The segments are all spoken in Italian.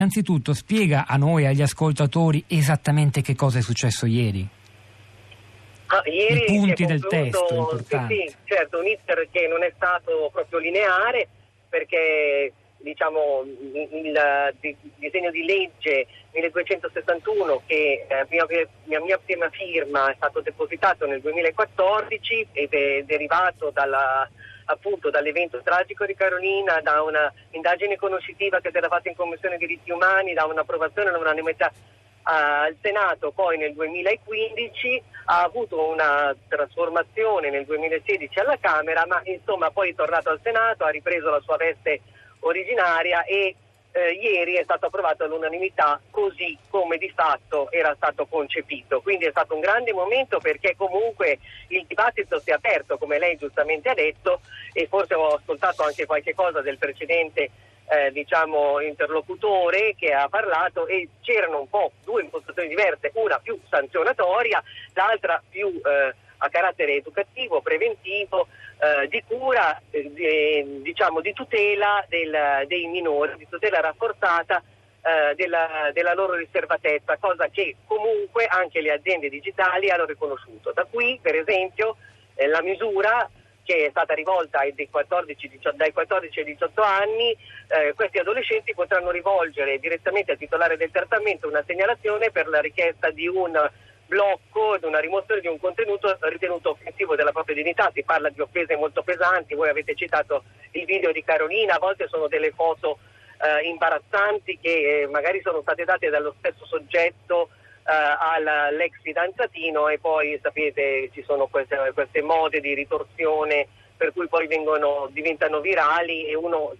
Innanzitutto spiega a noi, agli ascoltatori, esattamente che cosa è successo ieri. Ieri i punti si è del testo importanti. Sì, certo, un iter che non è stato proprio lineare, perché diciamo il disegno di legge 1261 che mia prima firma è stato depositato nel 2014 ed è derivato appunto dall'evento tragico di Carolina, da una indagine conoscitiva che si era fatta in Commissione Diritti Umani, da un'approvazione all'unanimità al Senato poi nel 2015, ha avuto una trasformazione nel 2016 alla Camera, ma insomma poi è tornato al Senato, ha ripreso la sua veste originaria e ieri è stato approvato all'unanimità così come di fatto era stato concepito. Quindi è stato un grande momento, perché comunque il dibattito si è aperto, come lei giustamente ha detto, e forse ho ascoltato anche qualche cosa del precedente interlocutore che ha parlato, e c'erano un po' due impostazioni diverse, una più sanzionatoria, l'altra più a carattere educativo, preventivo, di cura, di tutela dei minori, di tutela rafforzata della loro riservatezza, cosa che comunque anche le aziende digitali hanno riconosciuto. Da qui, per esempio, la misura che è stata rivolta dai 14 ai 18 anni, questi adolescenti potranno rivolgere direttamente al titolare del trattamento una segnalazione per la richiesta di un blocco, di una rimozione di un contenuto ritenuto offensivo della propria dignità. Si parla di offese molto pesanti, voi avete citato il video di Carolina, a volte sono delle foto imbarazzanti che magari sono state date dallo stesso soggetto all'ex fidanzatino, e poi sapete ci sono queste mode di ritorsione per cui poi diventano virali e uno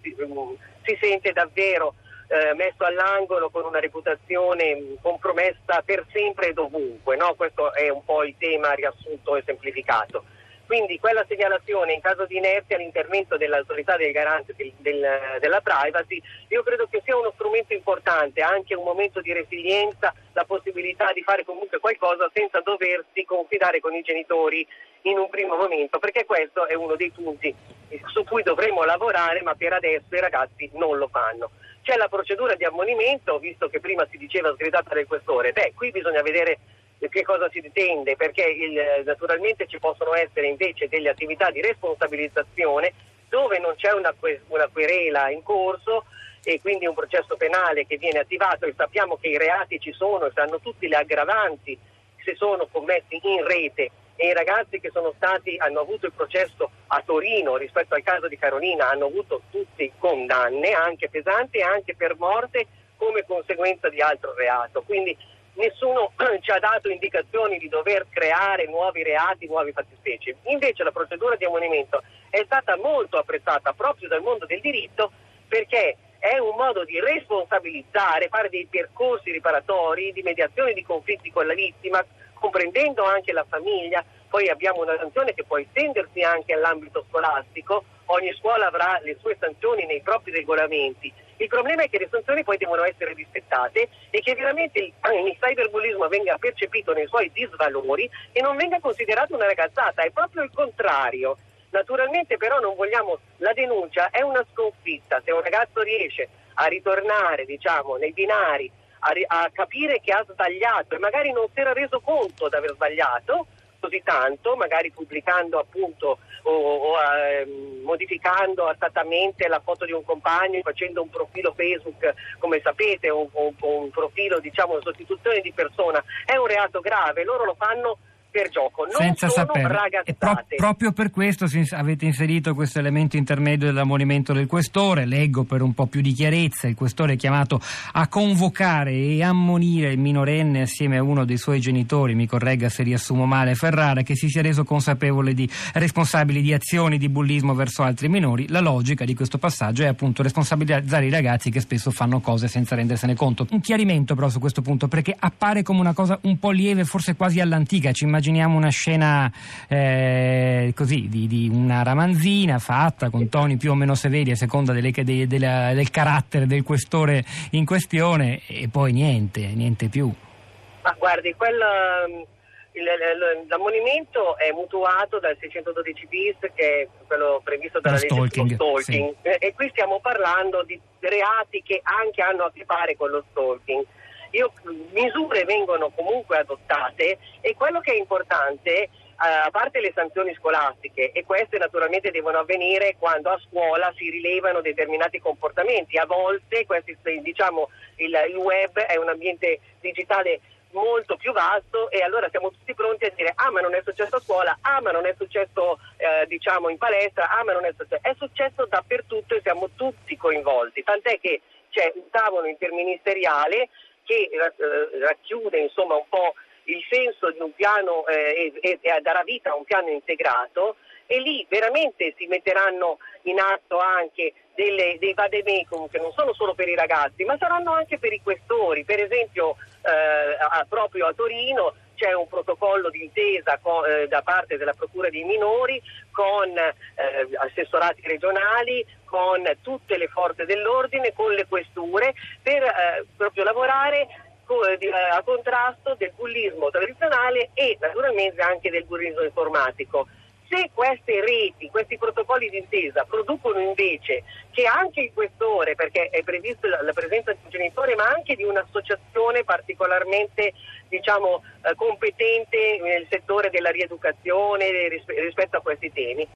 si sente davvero messo all'angolo con una reputazione compromessa per sempre e dovunque, no? Questo è un po' il tema riassunto e semplificato. Quindi quella segnalazione, in caso di inerzia, l'intervento dell'autorità del garante della privacy, io credo che sia uno strumento importante, anche un momento di resilienza, la possibilità di fare comunque qualcosa senza doversi confidare con i genitori in un primo momento, perché questo è uno dei punti su cui dovremmo lavorare, ma per adesso i ragazzi non lo fanno. C'è la procedura di ammonimento, visto che prima si diceva sgridata del questore. Qui bisogna vedere che cosa si intende, perché naturalmente ci possono essere invece delle attività di responsabilizzazione dove non c'è una querela in corso e quindi un processo penale che viene attivato, e sappiamo che i reati ci sono e sanno tutti le aggravanti se sono commessi in rete, e i ragazzi che hanno avuto il processo a Torino rispetto al caso di Carolina hanno avuto tutti condanne anche pesanti e anche per morte come conseguenza di altro reato. Quindi nessuno ci ha dato indicazioni di dover creare nuovi reati, nuove fattispecie. Invece la procedura di ammonimento è stata molto apprezzata proprio dal mondo del diritto, perché è un modo di responsabilizzare, fare dei percorsi riparatori, di mediazione di conflitti con la vittima, comprendendo anche la famiglia. Poi abbiamo una sanzione che può estendersi anche all'ambito scolastico, ogni scuola avrà le sue sanzioni nei propri regolamenti. Il problema è che le sanzioni poi devono essere rispettate e che veramente il cyberbullismo venga percepito nei suoi disvalori e non venga considerato una ragazzata, è proprio il contrario. Naturalmente però non vogliamo, la denuncia è una sconfitta, se un ragazzo riesce a ritornare nei binari, a capire che ha sbagliato e magari non si era reso conto di aver sbagliato così tanto, magari pubblicando appunto o modificando artatamente la foto di un compagno, facendo un profilo Facebook, come sapete, o un profilo sostituzione di persona, è un reato grave, loro lo fanno per gioco, non senza sono saperlo. ragazzate. Proprio per questo avete inserito questo elemento intermedio dell'ammonimento del questore. Leggo per un po' più di chiarezza: il questore è chiamato a convocare e ammonire il minorenne assieme a uno dei suoi genitori, mi corregga se riassumo male Ferrara, che si sia reso consapevole di responsabili di azioni di bullismo verso altri minori. La logica di questo passaggio è appunto responsabilizzare i ragazzi che spesso fanno cose senza rendersene conto. Un chiarimento però su questo punto, perché appare come una cosa un po' lieve, forse quasi all'antica. Ci immaginiamo una scena così di una ramanzina fatta con toni più o meno severi a seconda del carattere del questore in questione, e poi niente più. Ma guardi, L'ammonimento è mutuato dal 612 bis, che è quello previsto dalla legge sullo stalking, sì. E qui stiamo parlando di reati che anche hanno a che fare con lo stalking. Misure vengono comunque adottate, e quello che è importante, a parte le sanzioni scolastiche, e queste naturalmente devono avvenire quando a scuola si rilevano determinati comportamenti. A volte il web è un ambiente digitale molto più vasto, e allora siamo tutti pronti a dire: ma non è successo a scuola, ma non è successo in palestra, ma non è successo. È successo dappertutto e siamo tutti coinvolti, tant'è che c'è un tavolo interministeriale che racchiude insomma un po' il senso di un piano e darà vita a un piano integrato, e lì veramente si metteranno in atto anche dei vademecum che non sono solo per i ragazzi, ma saranno anche per i questori. Per esempio proprio a Torino c'è un protocollo d'intesa da parte della Procura dei minori con assessorati regionali, con tutte le forze dell'ordine, con le questure, per proprio lavorare a contrasto del bullismo tradizionale e naturalmente anche del bullismo informatico. Se queste reti, questi protocolli d'intesa producono invece che anche il questore, perché è prevista la presenza di un genitore, ma anche di un'associazione particolarmente competente nel settore della rieducazione rispetto a questi temi,